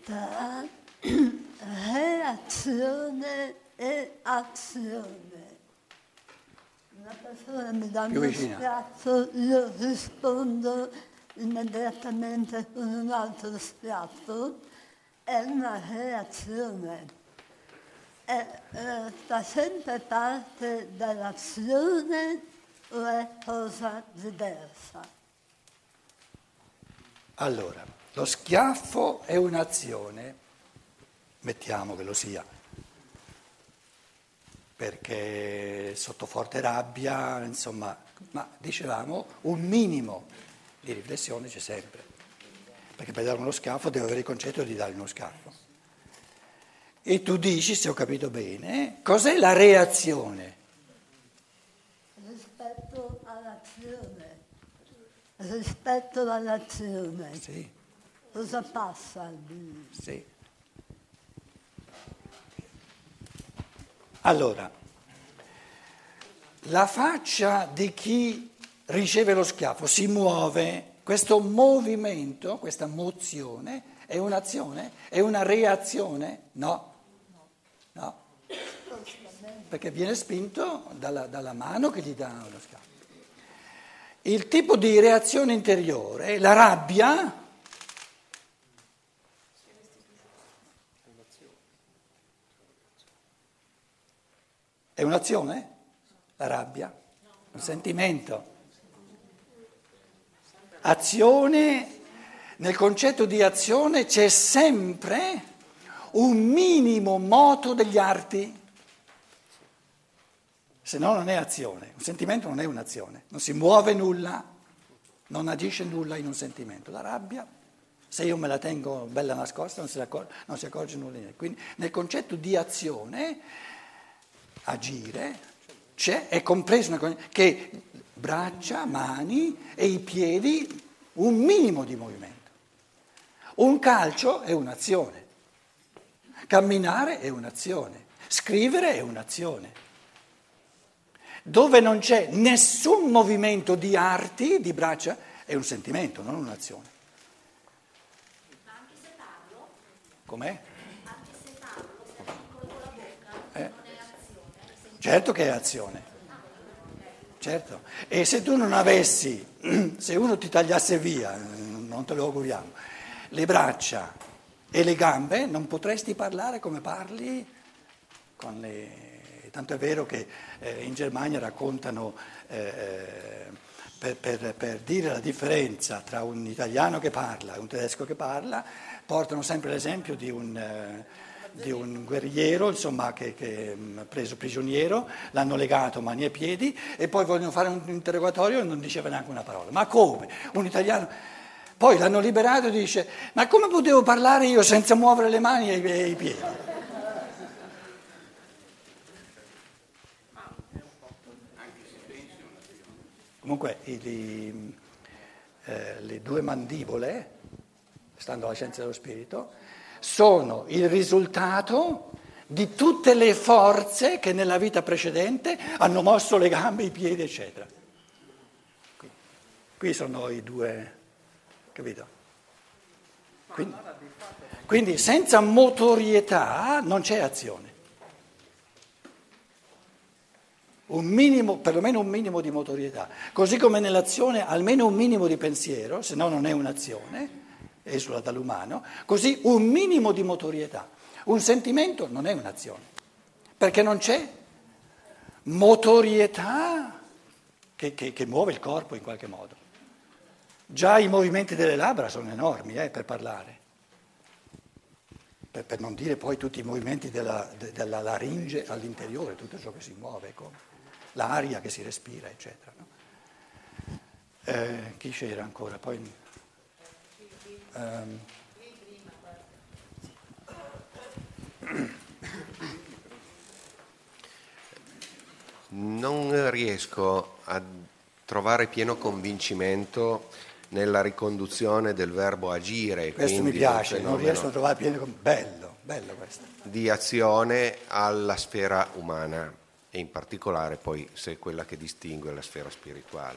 tra reazione e azione. Una persona mi dà uno schiaffo, io rispondo immediatamente con un altro schiaffo, è una reazione. Fa sempre parte dell'azione o è cosa diversa? Allora, lo schiaffo è un'azione, mettiamo che lo sia, perché sotto forte rabbia, insomma, ma dicevamo un minimo di riflessione c'è sempre, perché per dare uno schiaffo devo avere il concetto di dare uno schiaffo. E tu dici, se ho capito bene, cos'è la reazione? Rispetto all'azione. Rispetto all'azione. Sì. Cosa passa? Sì. Allora, la faccia di chi riceve lo schiaffo si muove, questo movimento, questa mozione è un'azione? È una reazione? No. No, perché viene spinto dalla mano che gli dà lo schiaffo. Il tipo di reazione interiore, la rabbia, è un'azione? La rabbia? Un sentimento? Azione, nel concetto di azione c'è sempre un minimo moto degli arti, se no non è azione. Un sentimento non è un'azione, non si muove nulla, non agisce nulla in un sentimento. La rabbia, se io me la tengo bella nascosta, non si accorge nulla di niente. Quindi nel concetto di azione, agire, è compreso che braccia, mani e i piedi, un minimo di movimento. Un calcio è un'azione. Camminare è un'azione, scrivere è un'azione. Dove non c'è nessun movimento di arti, di braccia, è un sentimento, non un'azione. Ma anche se parlo? Com'è? Anche se parlo, se con la bocca, non è azione? Certo che è azione. Certo. E se tu non avessi, se uno ti tagliasse via, non te lo auguriamo, le braccia e le gambe, non potresti parlare come parli con le... Tanto è vero che in Germania raccontano, per dire la differenza tra un italiano che parla e un tedesco che parla, portano sempre l'esempio di un guerriero, insomma, che preso prigioniero, l'hanno legato mani e piedi e poi vogliono fare un interrogatorio e non diceva neanche una parola. Ma come? Un italiano... Poi l'hanno liberato e dice, ma come potevo parlare io senza muovere le mani e i piedi? Comunque le due mandibole, stando alla scienza dello spirito, sono il risultato di tutte le forze che nella vita precedente hanno mosso le gambe, i piedi, eccetera. Qui sono i due... Capito? Quindi senza motorietà non c'è azione. Un minimo, perlomeno un minimo di motorietà. Così come nell'azione almeno un minimo di pensiero, se no non è un'azione, esula dall'umano, così un minimo di motorietà. Un sentimento non è un'azione, perché non c'è motorietà che muove il corpo in qualche modo. Già i movimenti delle labbra sono enormi per parlare, per non dire poi tutti i movimenti della laringe all'interiore, tutto ciò che si muove, come l'aria che si respira, eccetera. No? Chi c'era ancora? Poi, Non riesco a trovare pieno convincimento nella riconduzione del verbo agire. Questo mi piace, non riesco a trovare pieno... Bello questo. Di azione alla sfera umana e in particolare poi se è quella che distingue la sfera spirituale.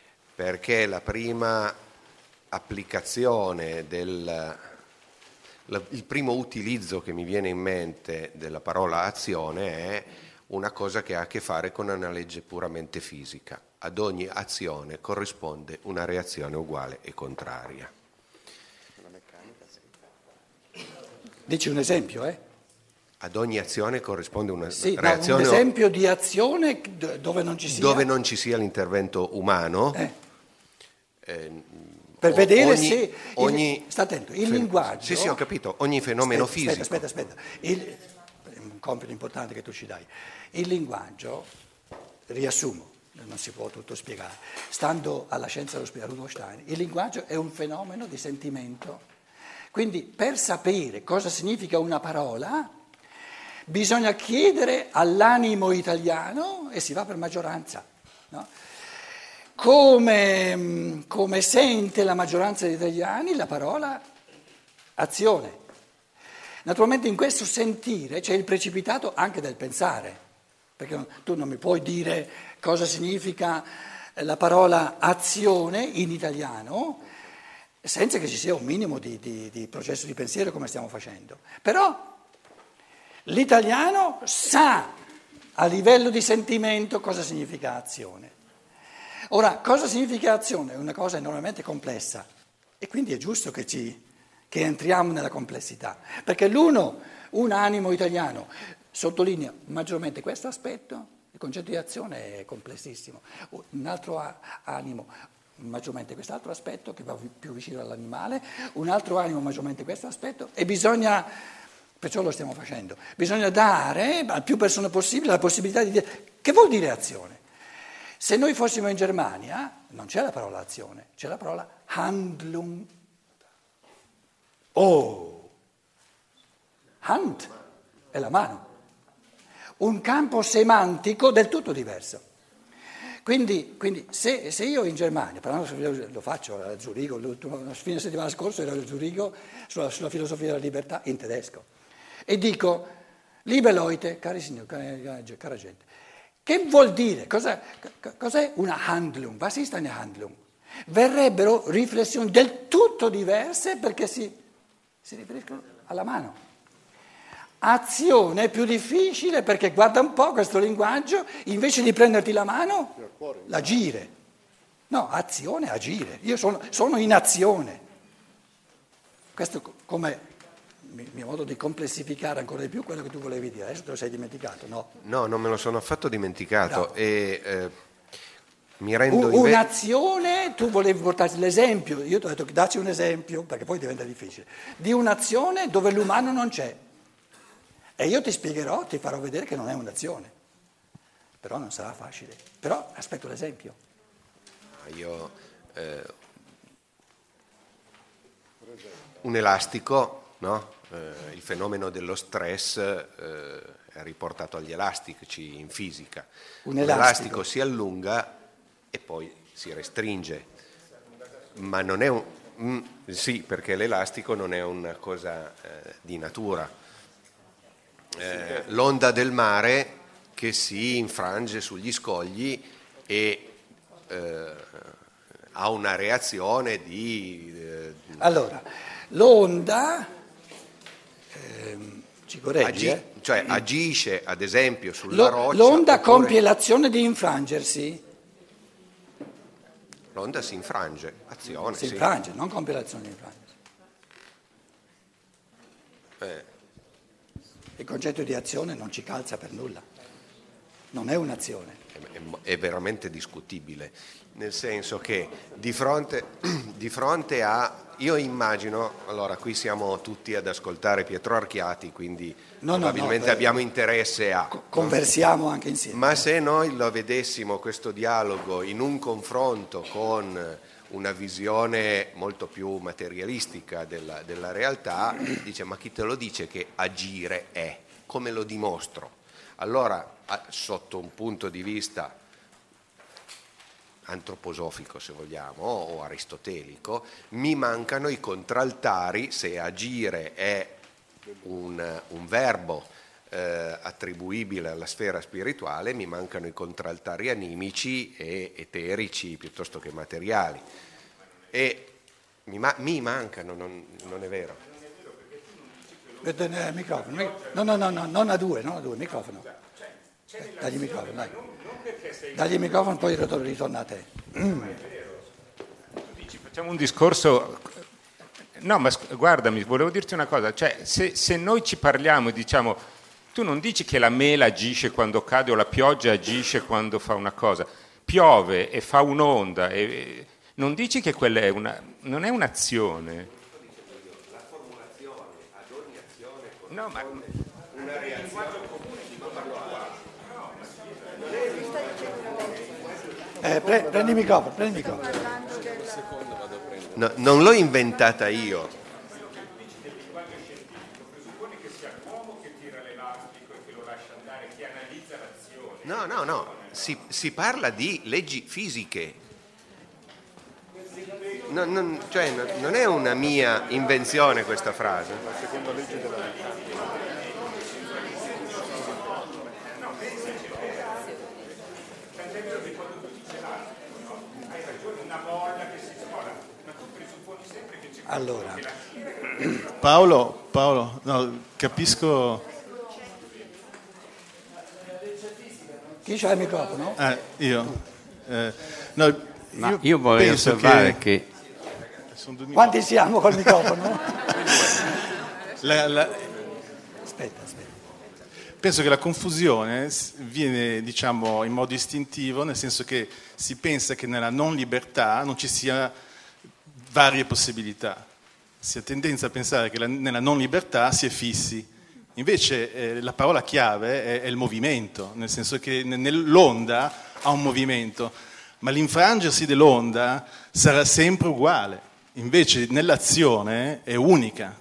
Perché la prima applicazione Il primo utilizzo che mi viene in mente della parola azione è una cosa che ha a che fare con una legge puramente fisica. Ad ogni azione corrisponde una reazione uguale e contraria. Dici un esempio, Ad ogni azione corrisponde una Sì, no, reazione... un esempio di azione dove non ci sia... Dove non ci sia l'intervento umano... per vedere ogni, se... ogni sta attento, il linguaggio... Sì, ho capito, ogni fenomeno fisico. Aspetta. È un compito importante che tu ci dai. Il linguaggio, riassumo, non si può tutto spiegare, stando alla scienza dello spiegare Rudolf Steiner, il linguaggio è un fenomeno di sentimento. Quindi per sapere cosa significa una parola bisogna chiedere all'animo italiano e si va per maggioranza, no? Come sente la maggioranza degli italiani la parola azione. Naturalmente in questo sentire c'è il precipitato anche del pensare, perché tu non mi puoi dire cosa significa la parola azione in italiano senza che ci sia un minimo di processo di pensiero come stiamo facendo. Però l'italiano sa a livello di sentimento cosa significa azione. Ora, cosa significa azione? È una cosa enormemente complessa e quindi è giusto che entriamo nella complessità, perché un animo italiano sottolinea maggiormente questo aspetto, il concetto di azione è complessissimo, un altro animo maggiormente quest'altro aspetto che va più vicino all'animale, un altro animo maggiormente questo aspetto e perciò lo stiamo facendo, bisogna dare a più persone possibile la possibilità di dire che vuol dire azione. Se noi fossimo in Germania non c'è la parola azione, c'è la parola Handlung. Hand è la mano, un campo semantico del tutto diverso. Quindi se io in Germania, lo faccio a Zurigo, la fine settimana scorsa ero a Zurigo sulla filosofia della libertà in tedesco e dico, liebe Leute, cari signori, cara gente, che vuol dire? Cos'è una Handlung? Was ist eine Handlung? Verrebbero riflessioni del tutto diverse perché si riferiscono alla mano. Azione è più difficile perché guarda un po' questo linguaggio, invece di prenderti la mano, l'agire. No, azione, agire. Io sono in azione. Questo come mio modo di complessificare ancora di più quello che tu volevi dire. Adesso te lo sei dimenticato, no? No, non me lo sono affatto dimenticato. No. E mi rendo un'azione, tu volevi portarti l'esempio, io ti ho detto che dacci un esempio, perché poi diventa difficile, di un'azione dove l'umano non c'è. E io ti spiegherò, ti farò vedere che non è un'azione, però non sarà facile. Però aspetto l'esempio. Un elastico, no? Il fenomeno dello stress è riportato agli elastici in fisica. Un elastico si allunga e poi si restringe, ma non è sì, perché l'elastico non è una cosa di natura. L'onda del mare che si infrange sugli scogli e ha una reazione Allora, l'onda ci correggi, cioè agisce ad esempio sulla roccia. L'onda compie l'azione di infrangersi? L'onda si infrange, azione. Si infrange, non compie l'azione di infrangersi. Il concetto di azione non ci calza per nulla, non è un'azione. È veramente discutibile, nel senso che di fronte a... Io immagino, allora qui siamo tutti ad ascoltare Pietro Archiati, quindi probabilmente abbiamo interesse a... Conversiamo anche insieme. Ma se noi lo vedessimo questo dialogo in un confronto con una visione molto più materialistica della realtà, dice ma chi te lo dice che agire è? Come lo dimostro? Allora, sotto un punto di vista antroposofico, se vogliamo, o aristotelico, mi mancano i contraltari se agire è un verbo attribuibile alla sfera spirituale, mi mancano i contraltari animici e eterici piuttosto che materiali. E mi mancano, non è vero? Microfono. No, non a due, microfono. Dagli il microfono, dai. Dagli il microfono, poi ritorna a te. Facciamo un discorso. No, ma guardami, volevo dirti una cosa, cioè se noi ci parliamo e diciamo, tu non dici che la mela agisce quando cade o la pioggia agisce quando fa una cosa, piove e fa un'onda, e non dici che quella non è un'azione. La formulazione ad ogni azione con No, ma una reazione Prendi il microfono. No, non l'ho inventata io. presuppone che sia l'uomo che tira l'elastico e che lo lascia andare, che analizza l'azione. No, si parla di leggi fisiche. Non è una mia invenzione questa frase. La seconda legge della Allora, Paolo, no, capisco. chi c'ha il microfono? Io. Ma io vorrei penso osservare che Quanti siamo col microfono? Aspetta. Penso che la confusione viene, diciamo, in modo istintivo, nel senso che si pensa che nella non libertà non ci sia varie possibilità. Si ha tendenza a pensare che nella non libertà si è fissi. Invece la parola chiave è il movimento, nel senso che l'onda ha un movimento, ma l'infrangersi dell'onda sarà sempre uguale. Invece nell'azione è unica.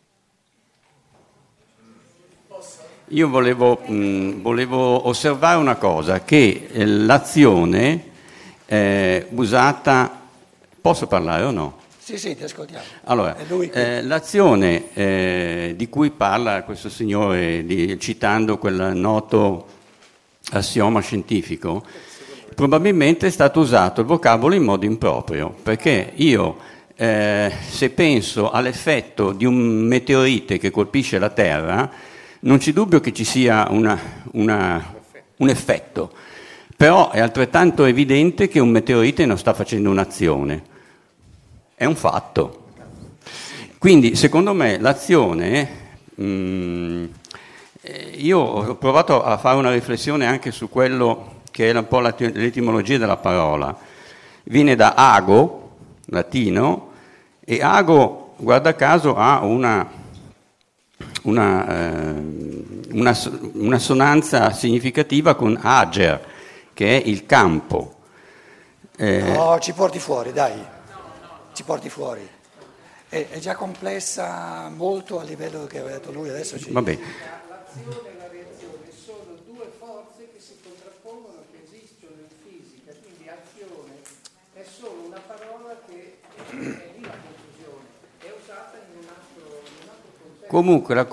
io volevo osservare una cosa, che l'azione usata... Posso parlare o no? Sì, ti ascoltiamo. Allora, l'azione di cui parla questo signore, citando quel noto assioma scientifico, probabilmente è stato usato il vocabolo in modo improprio, perché io, se penso all'effetto di un meteorite che colpisce la Terra, non c'è dubbio che ci sia un effetto, però è altrettanto evidente che un meteorite non sta facendo un'azione. È un fatto. Quindi, secondo me, l'azione, io ho provato a fare una riflessione anche su quello che era un po' l'etimologia della parola. Viene da ago, latino, e ago, guarda caso, ha una sonanza significativa con ager, che è il campo. No, ci porti fuori, dai. Ci porti fuori. È già complessa molto a livello che aveva detto lui, adesso ci... Vabbè. L'azione e la reazione sono due forze che si contrappongono, che esistono in fisica, quindi azione è solo una parola che è lì la conclusione, è usata in un altro contesto. Comunque la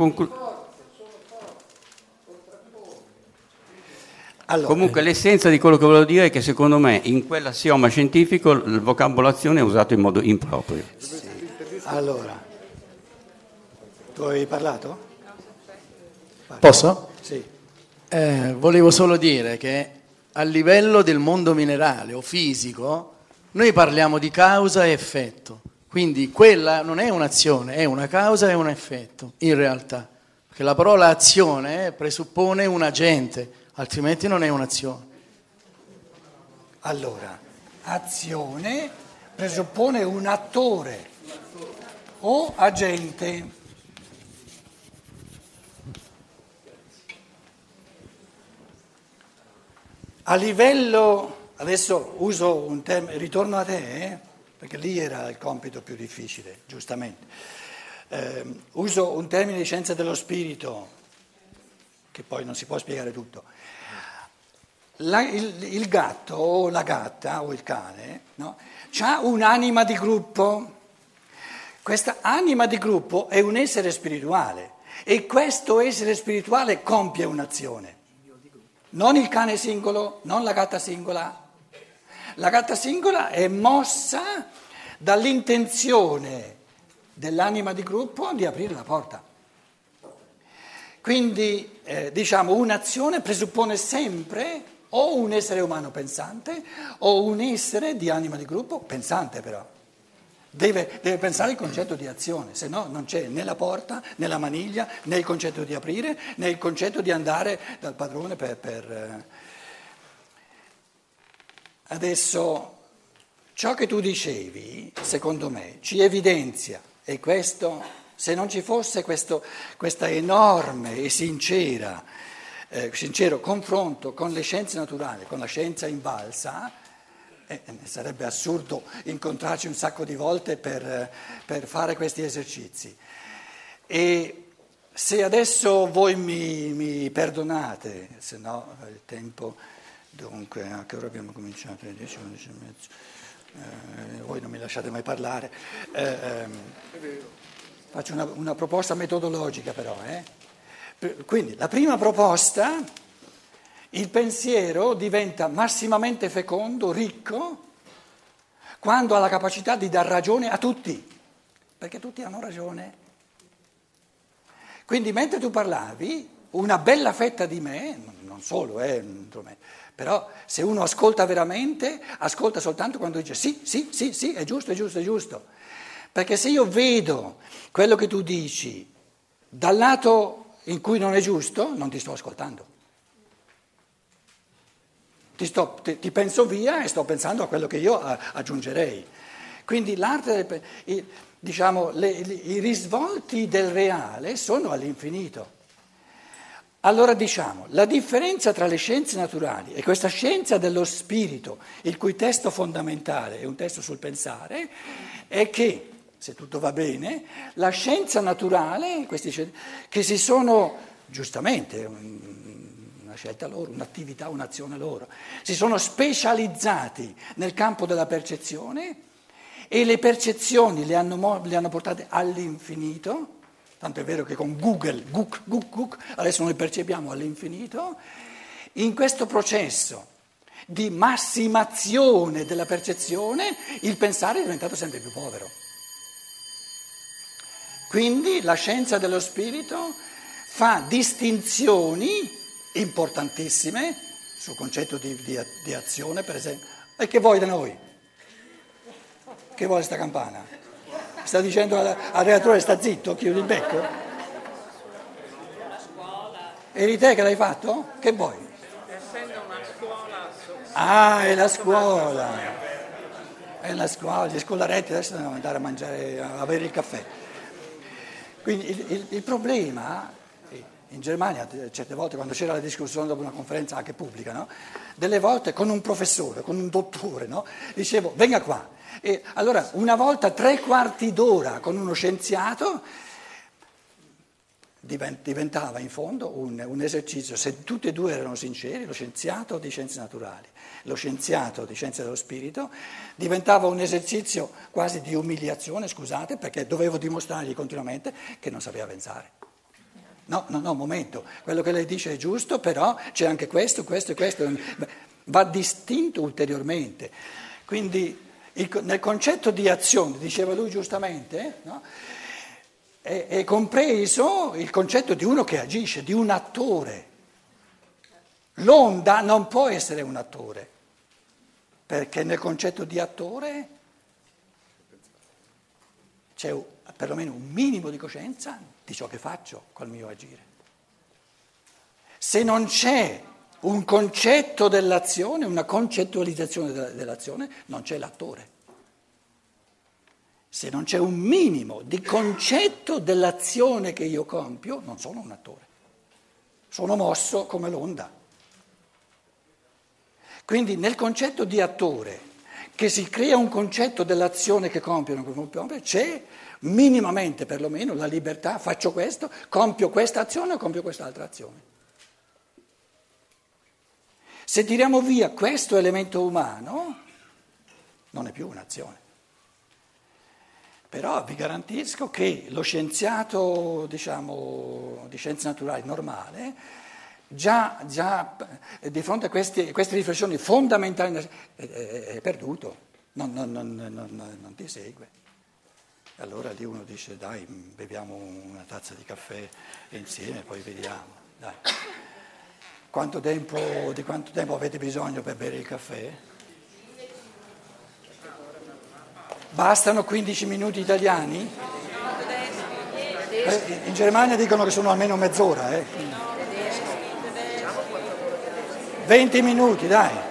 Allora, Comunque l'essenza di quello che volevo dire è che secondo me in quell'assioma scientifico il vocabolo azione è usato in modo improprio. allora, tu avevi parlato? Posso? Sì. Volevo solo dire che a livello del mondo minerale o fisico noi parliamo di causa e effetto, quindi quella non è un'azione, è una causa e un effetto in realtà, perché la parola azione presuppone un agente, altrimenti non è un'azione. Allora, azione presuppone un attore o agente. A livello, adesso uso un termine, ritorno a te, perché lì era il compito più difficile, giustamente. Uso un termine di scienza dello spirito, che poi non si può spiegare tutto. Il gatto o la gatta o il cane, no? C'ha un'anima di gruppo. Questa anima di gruppo è un essere spirituale e questo essere spirituale compie un'azione. Non il cane singolo, non la gatta singola. La gatta singola è mossa dall'intenzione dell'anima di gruppo di aprire la porta. Quindi diciamo un'azione presuppone sempre o un essere umano pensante o un essere di anima di gruppo pensante però. Deve pensare il concetto di azione, se no non c'è né la porta, né la maniglia, né il concetto di aprire, né il concetto di andare dal padrone per... Adesso, ciò che tu dicevi, secondo me, ci evidenzia, e questo, se non ci fosse questa enorme e sincero confronto con le scienze naturali, con la scienza invalsa, sarebbe assurdo incontrarci un sacco di volte per fare questi esercizi. E se adesso voi mi perdonate, se no il tempo, dunque, a che ora abbiamo cominciato? Alle 10, 11 e mezzo. Voi non mi lasciate mai parlare. Faccio una proposta metodologica però. Quindi la prima proposta... Il pensiero diventa massimamente fecondo, ricco, quando ha la capacità di dar ragione a tutti, perché tutti hanno ragione. Quindi mentre tu parlavi, una bella fetta di me, non solo, però se uno ascolta veramente, ascolta soltanto quando dice sì, è giusto. Perché se io vedo quello che tu dici dal lato in cui non è giusto, non ti sto ascoltando. Ti penso via e sto pensando a quello che io aggiungerei. Quindi l'arte, i risvolti del reale sono all'infinito. Allora diciamo, la differenza tra le scienze naturali e questa scienza dello spirito, il cui testo fondamentale è un testo sul pensare, è che, se tutto va bene, la scienza naturale, che si sono giustamente... scelta loro, un'attività, un'azione loro. Si sono specializzati nel campo della percezione e le percezioni le hanno portate all'infinito, tanto è vero che con Google, adesso noi percepiamo all'infinito. In questo processo di massimazione della percezione il pensare è diventato sempre più povero. Quindi la scienza dello spirito fa distinzioni importantissime sul concetto di azione, per esempio. E che vuoi da noi? Che vuole sta campana? Sta dicendo al relatore sta zitto, chiudi il becco? Eri te che l'hai fatto? Che vuoi? Essendo una scuola... Ah, è la scuola. È la scuola, gli scolaretti adesso devono andare a mangiare, a bere il caffè. Quindi il problema... In Germania, certe volte, quando c'era la discussione dopo una conferenza anche pubblica, no? Delle volte con un professore, con un dottore, no? Dicevo, venga qua. E allora, una volta 3/4 d'ora con uno scienziato, diventava in fondo un esercizio, se tutti e due erano sinceri, lo scienziato di scienze naturali, lo scienziato di scienze dello spirito, diventava un esercizio quasi di umiliazione, scusate, perché dovevo dimostrargli continuamente che non sapeva pensare. No, un momento, quello che lei dice è giusto, però c'è anche questo e questo, va distinto ulteriormente. Quindi nel concetto di azione, diceva lui giustamente, no? È compreso il concetto di uno che agisce, di un attore. L'onda non può essere un attore, perché nel concetto di attore c'è perlomeno un minimo di coscienza di ciò che faccio col mio agire. Se non c'è un concetto dell'azione, una concettualizzazione dell'azione, non c'è l'attore. Se non c'è un minimo di concetto dell'azione che io compio, non sono un attore. Sono mosso come l'onda. Quindi nel concetto di attore, che si crea un concetto dell'azione che compiono, c'è minimamente perlomeno la libertà, faccio questo, compio questa azione o compio quest'altra azione. Se tiriamo via questo elemento umano, non è più un'azione. Però vi garantisco che lo scienziato, diciamo, di scienze naturali normale, già di fronte a queste riflessioni fondamentali è perduto, non ti segue. Allora lì uno dice dai, beviamo una tazza di caffè insieme, poi vediamo. Dai. Di quanto tempo avete bisogno per bere il caffè? Bastano 15 minuti italiani? In Germania dicono che sono almeno mezz'ora. 20 minuti, dai.